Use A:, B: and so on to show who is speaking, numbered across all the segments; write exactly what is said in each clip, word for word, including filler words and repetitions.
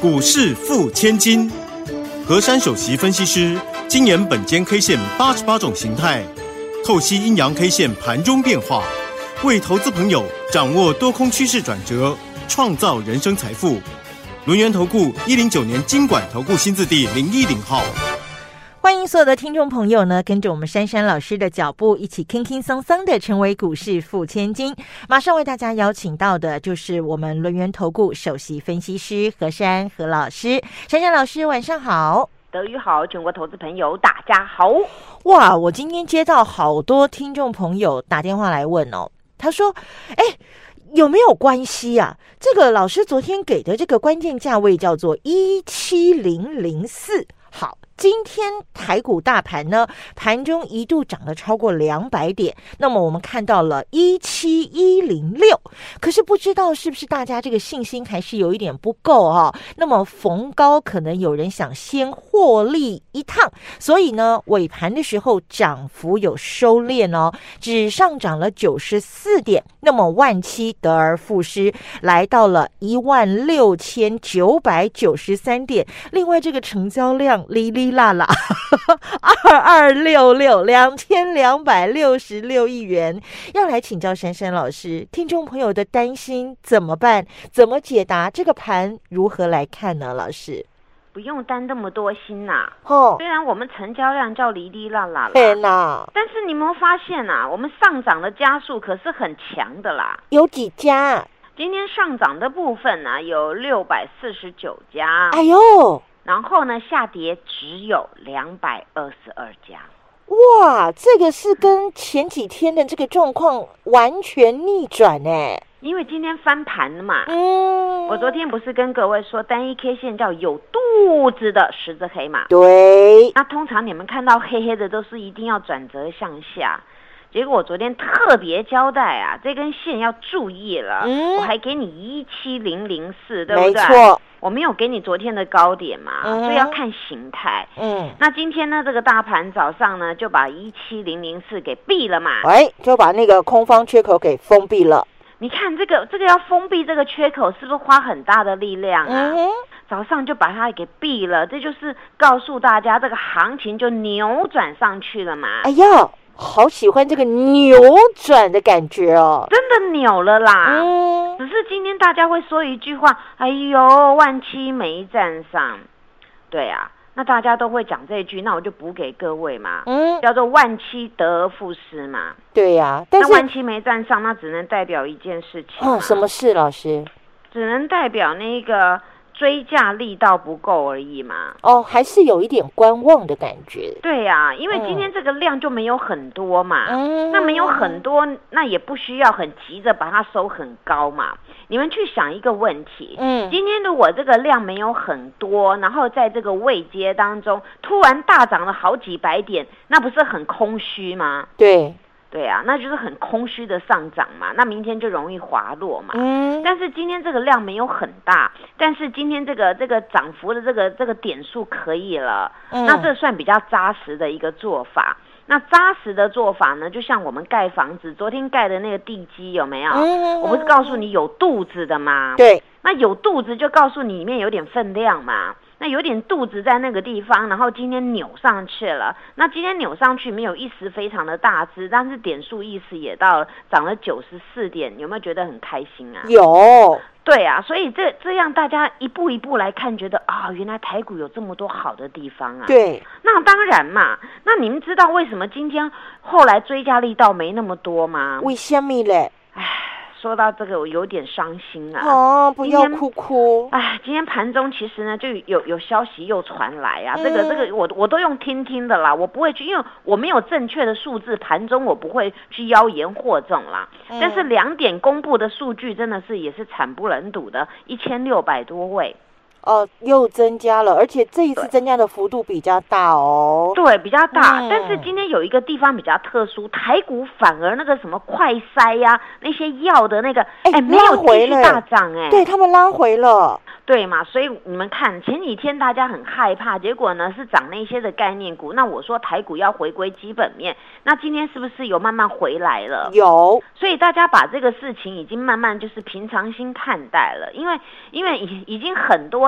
A: 股市付千金，和山首席分析师精研本间 K 线八十八种形态，透析阴阳 K 线盘中变化，为投资朋友掌握多空趋势转折，创造人生财富。轮源投顾一零九年金管投顾新字第零一零号。
B: 欢迎所有的听众朋友呢，跟着我们珊珊老师的脚步，一起轻轻松松的成为股市富千金。马上为大家邀请到的就是我们轮源投顾首席分析师何珊何老师。珊珊老师晚上好。
C: 德语好，全国投资朋友大家好。
B: 哇，我今天接到好多听众朋友打电话来问哦，他说哎，有没有关系啊？这个老师昨天给的这个关键价位叫做一七零零四。好，今天台股大盘呢，盘中一度涨了超过两百点，那么我们看到了一七一零六，可是不知道是不是大家这个信心还是有一点不够哦。那么逢高可能有人想先获利一趟，所以呢尾盘的时候涨幅有收敛哦，只上涨了九十四点，那么万七得而复失，来到了一万六千九百九十三点。另外这个成交量哩哩啦啦二二六六两千两百六十六亿元，要来请教珊珊老师，听众朋友的担心怎么办？怎么解答？这个盘如何来看呢？老师
C: 不用担那么多心呐、啊。
B: 哦，
C: 虽然我们成交量叫哩哩啦啦啦，
B: 对啦，
C: 但是你有没有发现啊？我们上涨的家数可是很强的啦。
B: 有几家？
C: 今天上涨的部分呢、啊，有六百四十九家。
B: 哎呦！
C: 然后呢，下跌只有两百二十二家。
B: 哇，这个是跟前几天的这个状况完全逆转哎！
C: 因为今天翻盘了嘛。
B: 嗯，
C: 我昨天不是跟各位说，单一 K 线叫有肚子的十字黑嘛？
B: 对。
C: 那通常你们看到黑黑的都是一定要转折向下。结果我昨天特别交代啊，这根线要注意了。嗯，我还给你一七零零四，对不对？
B: 没错。
C: 我没有给你昨天的高点嘛，嗯、所以要看形态。嗯，那今天呢，这个大盘早上呢就把一七零零四给闭了嘛，
B: 哎，就把那个空方缺口给封闭了。
C: 你看这个这个要封闭这个缺口，是不是花很大的力量啊？嗯，早上就把它给闭了，这就是告诉大家这个行情就扭转上去了嘛。
B: 哎呀，好喜欢这个扭转的感觉哦，
C: 真的扭了啦。
B: 嗯。
C: 只是今天大家会说一句话，哎呦，万七没站上。对啊，那大家都会讲这一句，那我就补给各位嘛，嗯，叫做万七得而复失嘛。
B: 对呀、啊，但是
C: 那万七没站上，那只能代表一件事情。
B: 哦，什么事，老师？
C: 只能代表那个追价力道不够而已嘛。
B: 哦，还是有一点观望的感觉。
C: 对呀、啊，因为今天这个量就没有很多嘛，嗯、那没有很多，那也不需要很急着把它收很高嘛。你们去想一个问题，嗯，今天如果这个量没有很多，然后在这个位阶当中突然大涨了好几百点，那不是很空虚吗？
B: 对。
C: 对啊，那就是很空虚的上涨嘛，那明天就容易滑落嘛。嗯，但是今天这个量没有很大，但是今天这个这个涨幅的这个这个点数可以了，嗯、那这算比较扎实的一个做法。那扎实的做法呢，就像我们盖房子，昨天盖的那个地基有没有？嗯、我不是告诉你有肚子的吗？
B: 对，
C: 那有肚子就告诉你里面有点分量嘛。那有点肚子在那个地方，然后今天扭上去了。那今天扭上去没有一时非常的大只，但是点数意思也到了，涨了九十四点，有没有觉得很开心啊？
B: 有。
C: 对啊，所以这这样大家一步一步来看，觉得啊、哦，原来台股有这么多好的地方啊。
B: 对。那
C: 当然嘛，那你们知道为什么今天后来追加力道没那么多吗？
B: 为什么嘞？
C: 唉。说到这个，我有点伤心啊！
B: 哦，不要哭哭！
C: 哎，今天盘中其实呢，就有有消息又传来啊，嗯、这个这个我我都用听听的啦，我不会去，因为我没有正确的数字，盘中我不会去妖言惑众啦。嗯、但是两点公布的数据真的是也是惨不忍睹的，一千六百多位。
B: 哦，又增加了，而且这一次增加的幅度比较大哦。
C: 对，比较大。嗯、但是今天有一个地方比较特殊，台股反而那个什么快筛呀、啊，那些药的那个，哎、欸，没有继续大涨哎、欸。
B: 对，他们拉回了。
C: 对嘛，所以你们看前几天大家很害怕，结果呢是涨那些的概念股。那我说台股要回归基本面，那今天是不是有慢慢回来了？
B: 有，
C: 所以大家把这个事情已经慢慢就是平常心看待了，因为因为已已经很多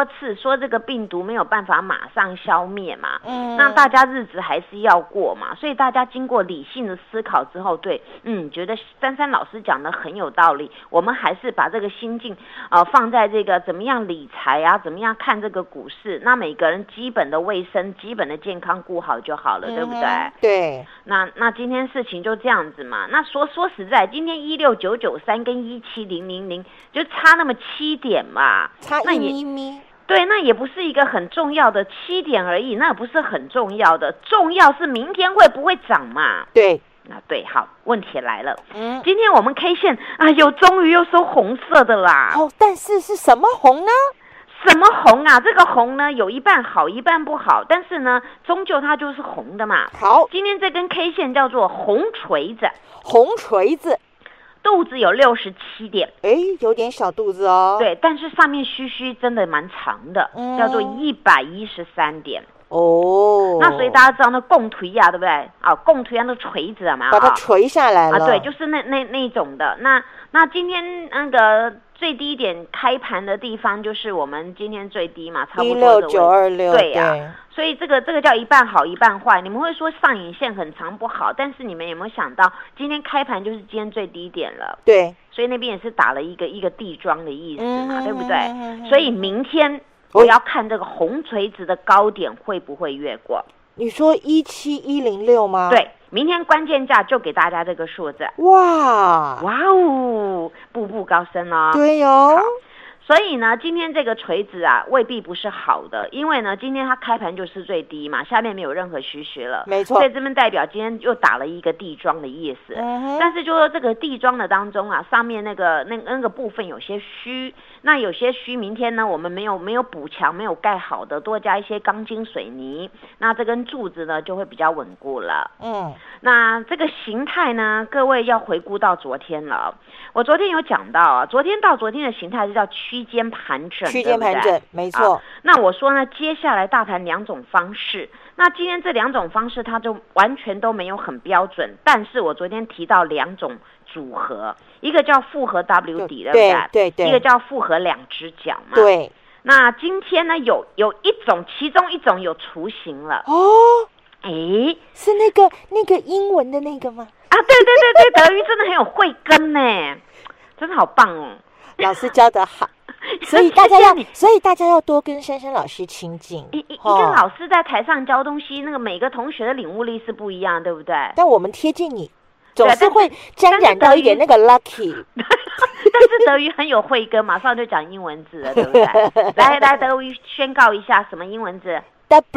C: 次，说这个病毒没有办法马上消灭嘛，嗯，那大家日子还是要过嘛，所以大家经过理性的思考之后，对，嗯，觉得珊珊老师讲的很有道理，我们还是把这个心境呃放在这个怎么样理财啊，怎么样看这个股市，那每个人基本的卫生、基本的健康顾好就好了，嗯、对不对？
B: 对。
C: 那那今天事情就这样子嘛。那说说实在，今天一六九九三跟一七零零零就差那么七点嘛，
B: 差一咪咪。
C: 对，那也不是一个很重要的七点而已，那不是很重要的，重要是明天会不会涨嘛？
B: 对。
C: 那对，好，问题来了，嗯，今天我们 K 线啊，又终于又收红色的啦。
B: 哦，但是是什么红呢？
C: 什么红啊？这个红呢，有一半好，一半不好，但是呢，终究它就是红的嘛。
B: 好，
C: 今天这根 K 线叫做红锤子，
B: 红锤子，
C: 肚子有六十七点，
B: 哎，有点小肚子哦。
C: 对，但是上面须须真的蛮长的，嗯、叫做一百一十三点。哦，那所以大家知道那共推呀、啊，对不对？啊，共推啊，那锤子啊嘛，
B: 把它锤下来了。
C: 啊，对，就是那那那种的。那那今天那个最低点开盘的地方，就是我们今天最低嘛，差不多的
B: 一六九二六。
C: 对呀、啊，所以这个这个叫一半好一半坏。你们会说上影线很长不好，但是你们有没有想到，今天开盘就是今天最低点了？
B: 对，
C: 所以那边也是打了一个一个地庄的意思嘛，
B: 嗯、
C: 对不对？嗯、所以明天。我要看这个红锤子的高点会不会越过？
B: 你说一七一零六吗？
C: 对，明天关键价就给大家这个数字。
B: 哇
C: 哇哦，步步高升哦。
B: 对哟。
C: 所以呢，今天这个锤子啊，未必不是好的，因为呢，今天它开盘就是最低嘛，下面没有任何虚实了，
B: 没错。
C: 所以这边代表今天又打了一个地庄的意思。嗯、但是就说这个地庄的当中啊，上面那个那那个部分有些虚，那有些虚，明天呢我们没有没有补强，没有盖好的，多加一些钢筋水泥，那这根柱子呢就会比较稳固了。嗯，那这个形态呢，各位要回顾到昨天了。我昨天有讲到啊，昨天到昨天的形态是叫区间盘整，
B: 区间盘整，没错、
C: 啊。那我说呢，接下来大盘两种方式，那今天这两种方式它就完全都没有很标准，但是我昨天提到两种组合，一个叫复合 W 底，对不对？
B: 对对。
C: 一个叫复合两只脚嘛。
B: 对。
C: 那今天呢，有有一种，其中一种有雏形了。
B: 哦。
C: 哎，
B: 是那个那个英文的那个吗？
C: 啊，对对对对，德瑜真的很有慧根呢，真的好棒哦，
B: 老师教得好，所以大家要，所以大家要多跟珊珊老师亲近。
C: 一一一个老师在台上教东西，那个每个同学的领悟力是不一样，对不对？
B: 但我们贴近你，总是会沾染到一点那个 lucky。
C: 但是德瑜很有慧根，马上就讲英文字了，对不对？来来，德瑜宣告一下什么英文字？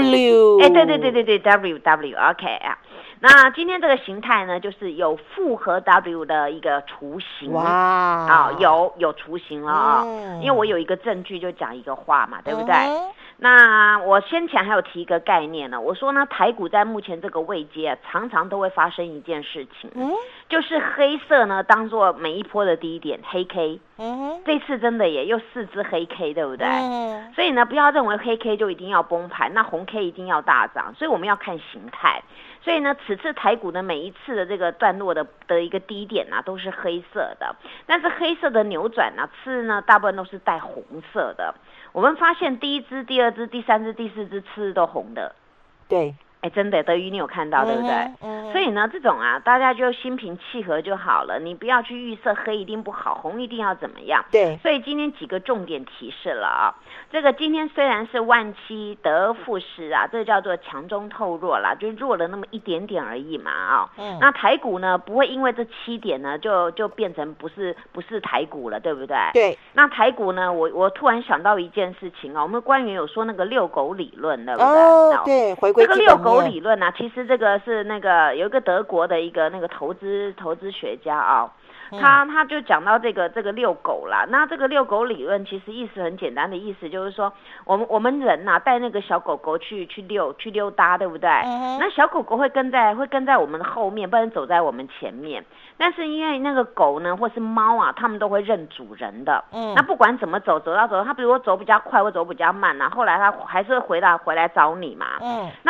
B: W，
C: 哎，对对对对对 ，W W，OK 啊。那今天这个形态呢，就是有复合 W 的一个雏形。
B: 哇，
C: 啊，有有雏形了啊、嗯！因为我有一个证据，就讲一个话嘛，对不对？嗯、那我先前还有提一个概念呢，我说呢，台股在目前这个位阶、啊，常常都会发生一件事情，嗯、就是黑色呢当做每一波的低点，黑 K。嗯，这次真的也又四只黑 K， 对不对？嗯，所以呢，不要认为黑 K 就一定要崩盘，那红 K 一定要大涨，所以我们要看形态。所以呢，此次台股的每一次的这个段落的的一个低点啊，都是黑色的，但是黑色的扭转啊，次呢大部分都是带红色的。我们发现第一支、第二支、第三支、第四支次都红的，
B: 对。
C: 哎，真的，德瑜你有看到、嗯、对不对、嗯？所以呢，这种啊，大家就心平气和就好了。你不要去预设黑一定不好，红一定要怎么样。
B: 对。
C: 所以今天几个重点提示了啊。这个今天虽然是万七得而复失啊，这叫做强中透弱啦，就弱了那么一点点而已嘛啊。嗯。那台股呢，不会因为这七点呢，就就变成不是不是台股了，对不对？
B: 对。
C: 那台股呢，我我突然想到一件事情啊，我们官员有说那个遛狗理论，对不对？
B: 哦，对，回归
C: 这个遛狗理论啊，其实这个是那个有一个德国的一个那个投资投资学家啊、哦，他他就讲到这个这个遛狗啦。那这个遛狗理论其实意思很简单的意思就是说，我们我们人呐、啊、带那个小狗狗去去遛去溜达，对不对？嗯、那小狗狗会跟在会跟在我们的后面，不然走在我们前面。但是因为那个狗呢或是猫啊，它们都会认主人的。嗯。那不管怎么走，走到走，它比如说走比较快或走比较慢啊，后来它还是会回来回来找你嘛。嗯。那这这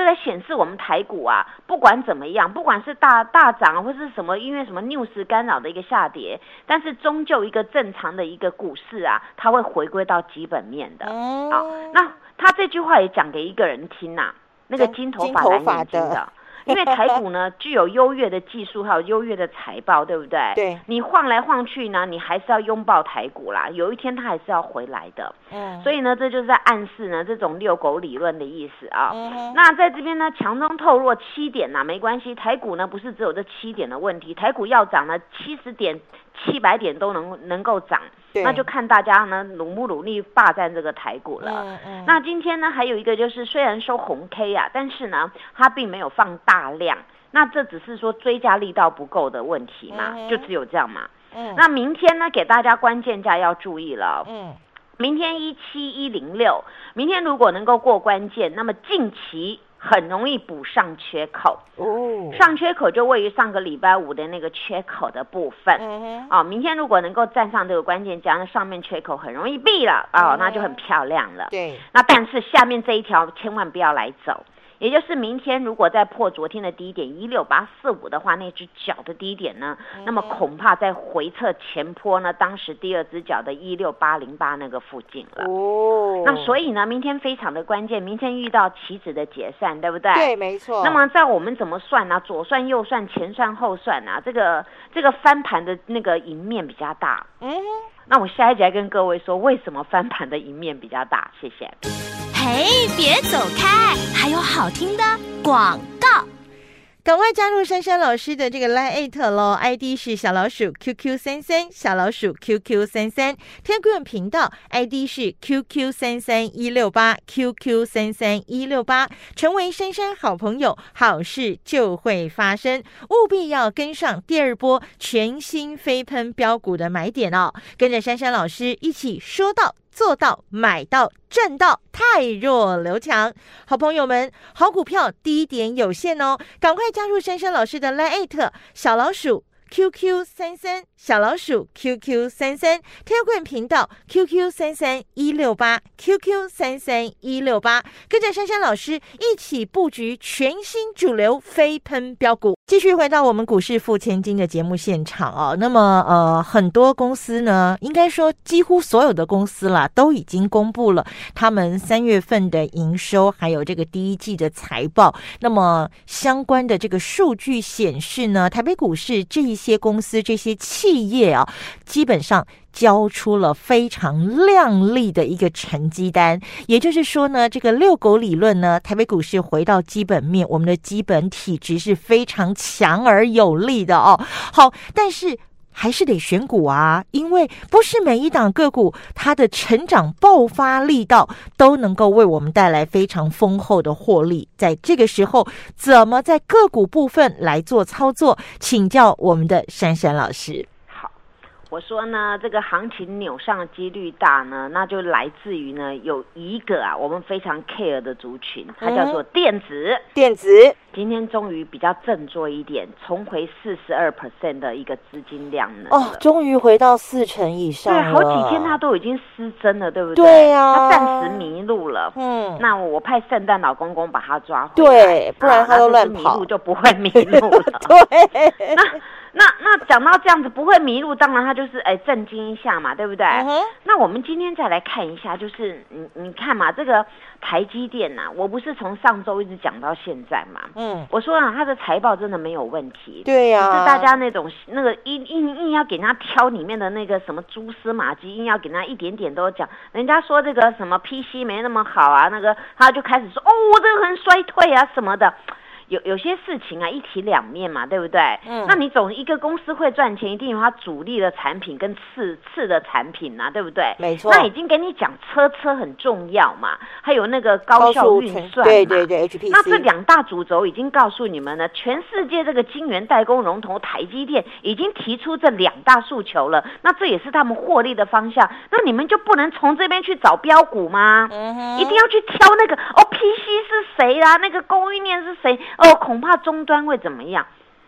C: 这在显示我们台股啊，不管怎么样，不管是大大涨或是什么，因为什么 news 干扰的一个下跌，但是终究一个正常的一个股市啊，它会回归到基本面的。嗯，好，那他这句话也讲给一个人听呐、啊，那个金头发蓝眼睛的。因为台股呢具有优越的技术，还有优越的财报，对不对？
B: 对，
C: 你晃来晃去呢，你还是要拥抱台股啦，有一天它还是要回来的。嗯，所以呢，这就是在暗示呢这种遛狗理论的意思啊。嗯，那在这边呢，强中透弱七点呐，没关系，台股呢不是只有这七点的问题，台股要涨呢七十点、七百点都能能够涨。那就看大家呢努不努力霸占这个台股了。嗯嗯，那今天呢还有一个就是虽然收红 K 啊，但是呢它并没有放大量，那这只是说追加力道不够的问题嘛，嗯、就只有这样嘛。嗯，那明天呢给大家关键价要注意了。嗯，明天一七一零六，明天如果能够过关键，那么近期很容易补上缺口哦，上缺口就位于上个礼拜五的那个缺口的部分。嗯、哦，明天如果能够站上这个关键价，那上面缺口很容易闭了哦，嗯、那就很漂亮了。对，那但是下面这一条千万不要来走。也就是明天如果再破昨天的低点一六八四五的话，那只脚的低点呢，嗯、那么恐怕在回测前坡呢，当时第二只脚的一六八零八那个附近了。哦，那所以呢，明天非常的关键，明天遇到期指的解散，对不对？
B: 对，没错。
C: 那么在我们怎么算呢、啊？左算右算前算后算啊，这个这个翻盘的那个赢面比较大。嗯，那我下一集来跟各位说为什么翻盘的赢面比较大。谢谢。
D: 嘿，别走开，还有好听的广告。
B: 赶快加入珊珊老师的这个 Line 咯 ，I D 是小老鼠 Q Q 三三，小老鼠 Q Q 三三 ，Telegram 频道 I D 是 Q Q 三三一六八 Q Q 三三一六八，成为珊珊好朋友，好事就会发生，务必要跟上第二波全新飞喷标股的买点哦，跟着珊珊老师一起说到做到，买到赚到，太弱留强。好朋友们，好股票低点有限哦，赶快加入珊珊老师的 Line 小老鼠 Q Q 三三，小老鼠 Q Q 三三 Telegram 频道 Q Q 三三一六八 Q Q 三三一六八，跟着珊珊老师一起布局全新主流飞喷标股。继续回到我们股市付千金的节目现场哦，那么呃很多公司呢，应该说几乎所有的公司啦，都已经公布了他们三月份的营收，还有这个第一季的财报。那么相关的这个数据显示呢，台北股市这一些公司、这些企业啊，基本上交出了非常亮丽的一个成绩单，也就是说呢，这个遛狗理论呢，台北股市回到基本面，我们的基本体质是非常强而有力的哦。好，但是还是得选股啊，因为不是每一档个股它的成长爆发力道都能够为我们带来非常丰厚的获利。在这个时候，怎么在个股部分来做操作？请教我们的珊珊老师。
C: 我说呢，这个行情扭上的几率大呢，那就来自于呢有一个啊，我们非常 care 的族群，它叫做电子。
B: 电子
C: 今天终于比较振作一点，重回四十二 percent 的一个资金量能
B: 哦，终于回到四成以上了。
C: 对，好几天它都已经失真了，对不对？
B: 对呀、
C: 啊，它暂时迷路了。嗯，那我派圣诞老公公把它抓回
B: 来，对，不然它都乱跑，
C: 迷路就不会迷路了。
B: 对，
C: 那。那那讲到这样子不会迷路，当然它就是哎震惊一下嘛，对不对？嗯、那我们今天再来看一下，就是你你看嘛，这个台积电呐、啊，我不是从上周一直讲到现在嘛，嗯，我说啊，它的财报真的没有问题，
B: 对呀、啊，
C: 是大家那种那个硬硬硬要给他挑里面的那个什么蛛丝马迹，硬要给他一点点都讲，人家说这个什么 P C 没那么好啊，那个他就开始说哦，这个很衰退啊什么的。有有些事情啊，一体两面嘛，对不对？嗯，那你总一个公司会赚钱，一定有它主力的产品跟次次的产品啊，对不对？
B: 没错。
C: 那已经跟你讲车车很重要嘛，还有那个高效运算嘛，
B: 对对对 ，H P C。
C: 那这两大主轴已经告诉你们了，全世界这个晶圆代工龙头台积电已经提出这两大诉求了，那这也是他们获利的方向。那你们就不能从这边去找标股吗？嗯哼，一定要去挑那个哦 ，P C 是谁啦？那个供应链是谁？哦，恐怕终端会怎么样？那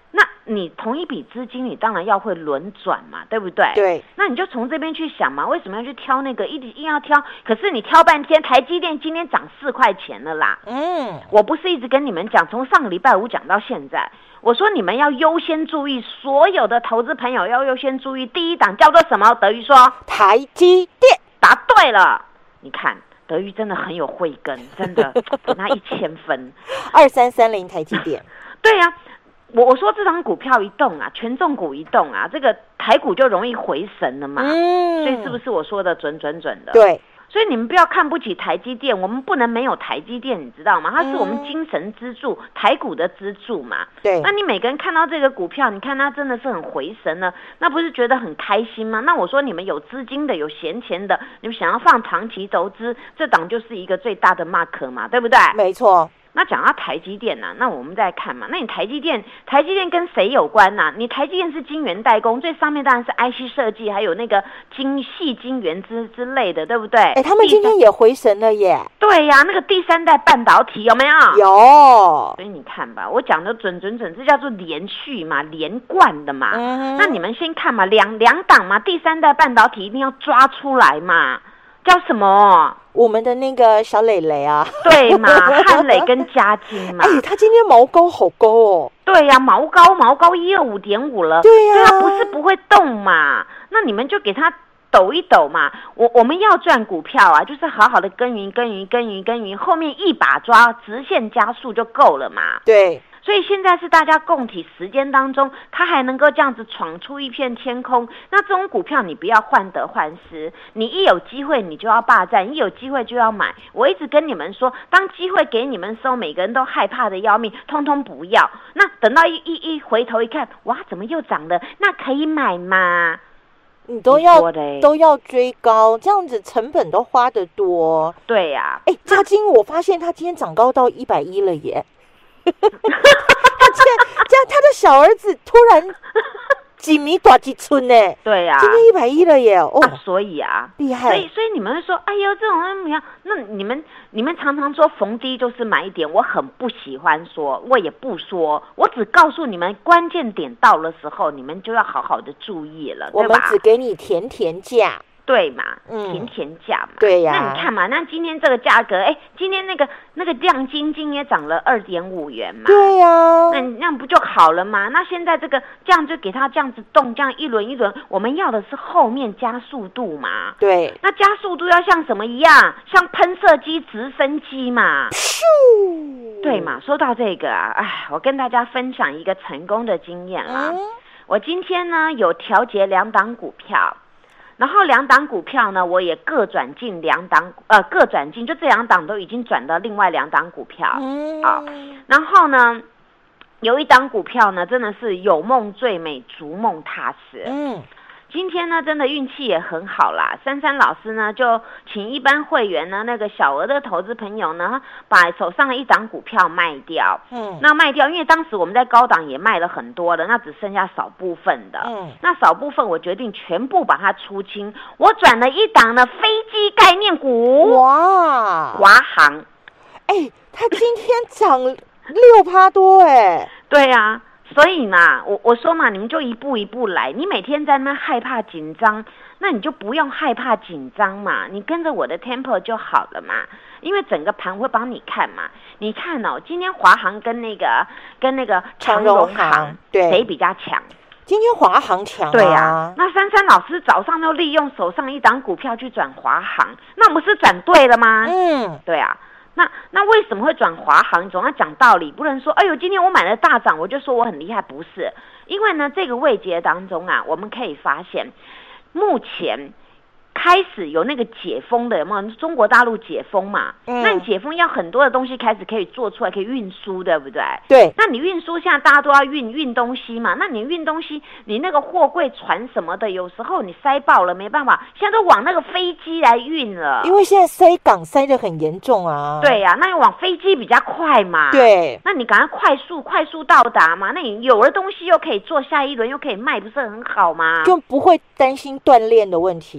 C: 你同一笔资金，你当然要会轮转嘛，对不对？
B: 对。
C: 那你就从这边去想嘛，为什么要去挑那个一硬要挑？可是你挑半天，台积电今天涨四块钱了啦。嗯，我不是一直跟你们讲，从上个礼拜五讲到现在，我说你们要优先注意，所有的投资朋友要优先注意，第一档叫做什么？德瑜说
B: 台积电，
C: 答对了。你看德瑜真的很有慧根，真的给他一千分。
B: 二三三零台积电，
C: 对呀、啊。我我说这张股票一动啊，权重股一动啊，这个台股就容易回神了嘛。嗯，所以是不是我说的准准准的？
B: 对。
C: 所以你们不要看不起台积电，我们不能没有台积电，你知道吗？它是我们精神支柱，嗯、台股的支柱嘛。
B: 对。
C: 那你每个人看到这个股票，你看它真的是很回神了，那不是觉得很开心吗？那我说你们有资金的，有闲钱的，你们想要放长期投资，这档就是一个最大的 mark 嘛，对不对？
B: 没错。
C: 那讲到台积电呢、啊，那我们再看嘛。那你台积电，台积电跟谁有关呢、啊？你台积电是晶圆代工，最上面当然是 I C 设计，还有那个晶细晶圆之之类的，对不对？
B: 哎，他们今天也回神了耶。
C: 对呀、啊，那个第三代半导体有没有？
B: 有。
C: 所以你看吧，我讲的准准准，这叫做连续嘛，连贯的嘛。嗯、那你们先看嘛，两两档嘛，第三代半导体一定要抓出来嘛。叫什么？
B: 我们的那个小磊磊啊，
C: 对嘛，汉磊跟嘉晶嘛。
B: 哎，他今天毛高好高哦。
C: 对呀、啊，毛高毛高一二五点五了。
B: 对呀、啊，
C: 他不是不会动嘛，那你们就给他抖一抖嘛。我我们要赚股票啊，就是好好的耕耘耕耘耕耘耕耘，后面一把抓，直线加速就够了嘛。
B: 对。
C: 所以现在是大家共体时间当中，它还能够这样子闯出一片天空。那这种股票你不要患得患失，你一有机会你就要霸占，一有机会就要买。我一直跟你们说，当机会给你们的时候，每个人都害怕的要命，通通不要。那等到一一一回头一看，哇，怎么又涨了？那可以买吗？
B: 你都要都要追高，这样子成本都花得多。
C: 对呀、啊，
B: 哎，嘉晶，我发现他今天涨高到一百一了耶。他这这样，他的小儿子突然几米多几寸呢？
C: 对呀、啊，
B: 今天一百一了耶！哦，
C: 啊、所以啊，
B: 厉害。
C: 所以所以你们会说，哎呦，这种怎么样？那你们你们常常说逢低就是买一点，我很不喜欢说，我也不说，我只告诉你们关键点到的时候，你们就要好好的注意了，
B: 我们只给你甜甜价。
C: 对嘛，甜甜价嘛，
B: 对呀、啊。
C: 那你看嘛，那今天这个价格，哎，今天那个那个亮晶晶也涨了二点五元嘛，
B: 对呀、啊。
C: 那那不就好了吗？那现在这个这样就给它这样子动，这样一轮一轮，我们要的是后面加速度嘛。
B: 对。
C: 那加速度要像什么一样？像喷射机、直升机嘛。
B: 咻。
C: 对嘛？说到这个啊，哎，我跟大家分享一个成功的经验啦。嗯、我今天呢有调节两档股票。然后两档股票呢，我也各转进两档，呃，各转进，就这两档都已经转到另外两档股票，嗯，啊，然后呢，有一档股票呢，真的是有梦最美，逐梦踏实，嗯。今天呢，真的运气也很好啦。珊珊老师呢，就请一般会员呢，那个小额的投资朋友呢，把手上的一档股票卖掉。嗯，那卖掉，因为当时我们在高档也卖了很多了，那只剩下少部分的。嗯，那少部分我决定全部把它出清。我转了一档呢飞机概念股。哇，华航。
B: 哎，它今天涨六趴多哎。
C: 对呀、啊。所以嘛，我我说嘛，你们就一步一步来。你每天在那边害怕紧张，那你就不用害怕紧张嘛，你跟着我的 tempo 就好了嘛。因为整个盘会帮你看嘛。你看哦，今天华航跟那个跟那个长荣航，对，谁比较强？
B: 今天华航强、啊。
C: 对呀、啊，那珊珊老师早上就利用手上一档股票去转华航，那不是转对了吗？嗯，对啊。那那为什么会转华航？总要讲道理，不能说哎呦，今天我买了大涨，我就说我很厉害，不是？因为呢，这个位阶当中啊，我们可以发现，目前开始有那个解封的，有没有？中国大陆解封嘛，嗯、那你解封要很多的东西开始可以做出来，可以运输，对不对？
B: 对。
C: 那你运输现在大家都要运运东西嘛，那你运东西，你那个货柜船什么的，有时候你塞爆了没办法，现在都往那个飞机来运了。
B: 因为现在塞港塞得很严重啊。
C: 对呀、啊，那你往飞机比较快嘛。
B: 对。
C: 那你赶快快速快速到达嘛，那你有了东西又可以做下一轮，又可以卖，不是很好吗？
B: 就不会担心锻炼的问题了。
C: 对嘛。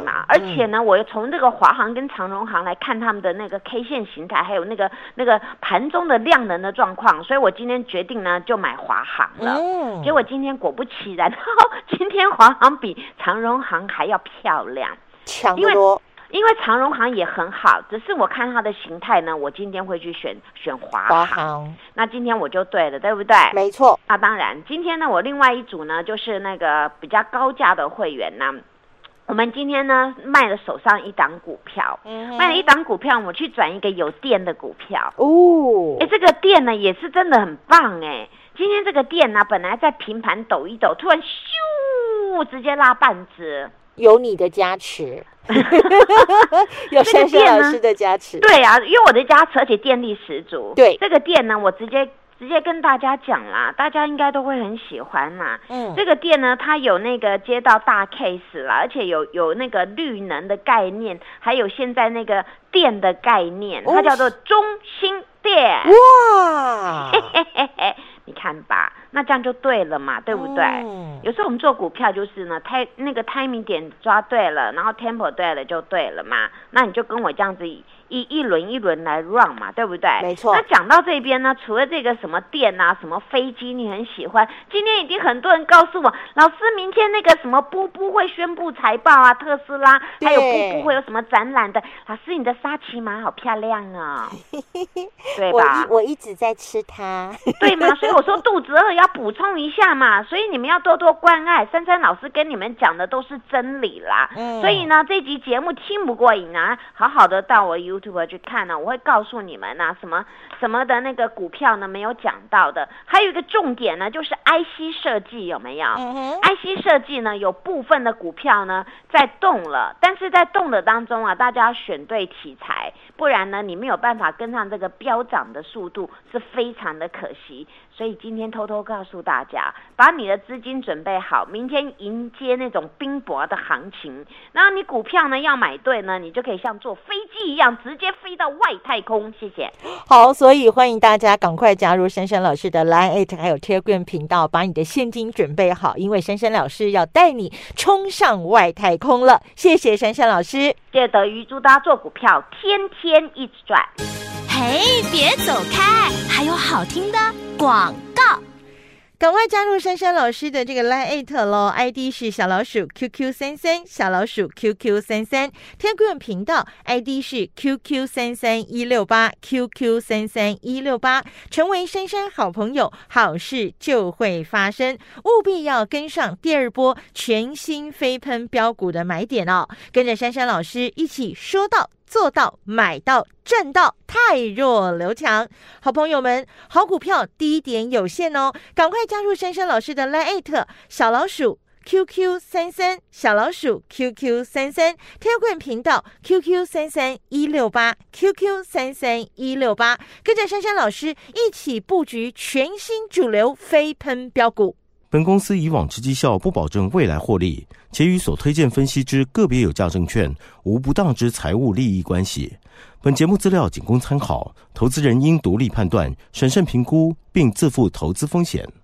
C: 嘛，而且呢，我从这个华航跟长荣航来看他们的那个 K 线形态，还有那个那个盘中的量能的状况，所以我今天决定呢就买华航了。嗯，结果今天果不其然，今天华航比长荣航还要漂亮，
B: 强得多。
C: 因为长荣航也很好，只是我看它的形态呢，我今天会去选选华航。华航，那今天我就对了，对不对？
B: 没错。
C: 那当然，今天呢，我另外一组呢，就是那个比较高价的会员呢，我们今天呢卖了手上一档股票，嗯、卖了一档股票，我去转一个有电的股票。哦，哎，这个电呢也是真的很棒哎。今天这个电呢，本来在平盘抖一抖，突然咻，直接拉半只。
B: 有你的加持，有珊珊老师的加持。
C: 对啊，因为我的加持，而且电力十足。
B: 对，
C: 这个电呢，我直接直接跟大家讲啦，大家应该都会很喜欢啦。嗯，这个电呢，它有那个接到大 case 啦，而且有有那个绿能的概念，还有现在那个电的概念，它叫做中兴电。哇！嘿嘿嘿嘿。你看吧，那这样就对了嘛，对不对？嗯、有时候我们做股票就是呢，太那个 timing 点抓对了，然后 tempo 对了就对了嘛。那你就跟我这样子一一轮一轮来 run 嘛，对不对？
B: 没错。
C: 那讲到这边呢，除了这个什么电啊，什么飞机，你很喜欢。今天已经很多人告诉我，老师明天那个什么布布会宣布财报啊，特斯拉还有布布会有什么展览的。老师，你的沙琪玛好漂亮啊、哦，对吧？
B: 我一我一直在吃它，
C: 对吗？所以我说肚子饿要补充一下嘛，所以你们要多多关爱。珊珊老师跟你们讲的都是真理啦，嗯、所以呢，这集节目听不过瘾啊，好好的到我 YouTube 去看呢、啊，我会告诉你们啊，什么什么的那个股票呢没有讲到的，还有一个重点呢，就是 I C 设计有没有、嗯、？I C 设计呢有部分的股票呢在动了，但是在动的当中啊，大家要选对题材，不然呢你没有办法跟上这个飙涨的速度，是非常的可惜。所以今天偷偷告诉大家，把你的资金准备好，明天迎接那种冰雹的行情。然后你股票呢要买对呢，你就可以像坐飞机一样直接飞到外太空。谢谢。
B: 好，所以欢迎大家赶快加入珊珊老师的 Line 还有 Telegram 频道，把你的现金准备好，因为珊珊老师要带你冲上外太空了。谢谢珊珊老师，
C: 谢谢德瑜，祝大家做股票天天一直赚。
D: 嘿，别走开，还有好听的广告。
B: 赶快加入珊珊老师的这个 Line 咯 ，I D 是小老鼠 Q Q 三三， 小老鼠 Q Q 三三， Telegram 频道 I D 是 Q Q 三三一六八 Q Q 三三一六八， 成为珊珊好朋友，好事就会发生，务必要跟上第二波全新飞喷标股的买点哦，跟着珊珊老师一起说到做到，买到赚到，太弱留强。好朋友们，好股票低点有限哦，赶快加入珊珊老师的 Line 小老鼠 Q Q 三三， 小老鼠 Q Q 三三， Telegram 频道 Q Q 三三一六八 Q Q 三三一六八， 跟着珊珊老师一起布局全新主流飞喷标股。
A: 本公司以往之绩效不保证未来获利，且与所推荐分析之个别有价证券无不当之财务利益关系。本节目资料仅供参考，投资人应独立判断、审慎评估，并自负投资风险。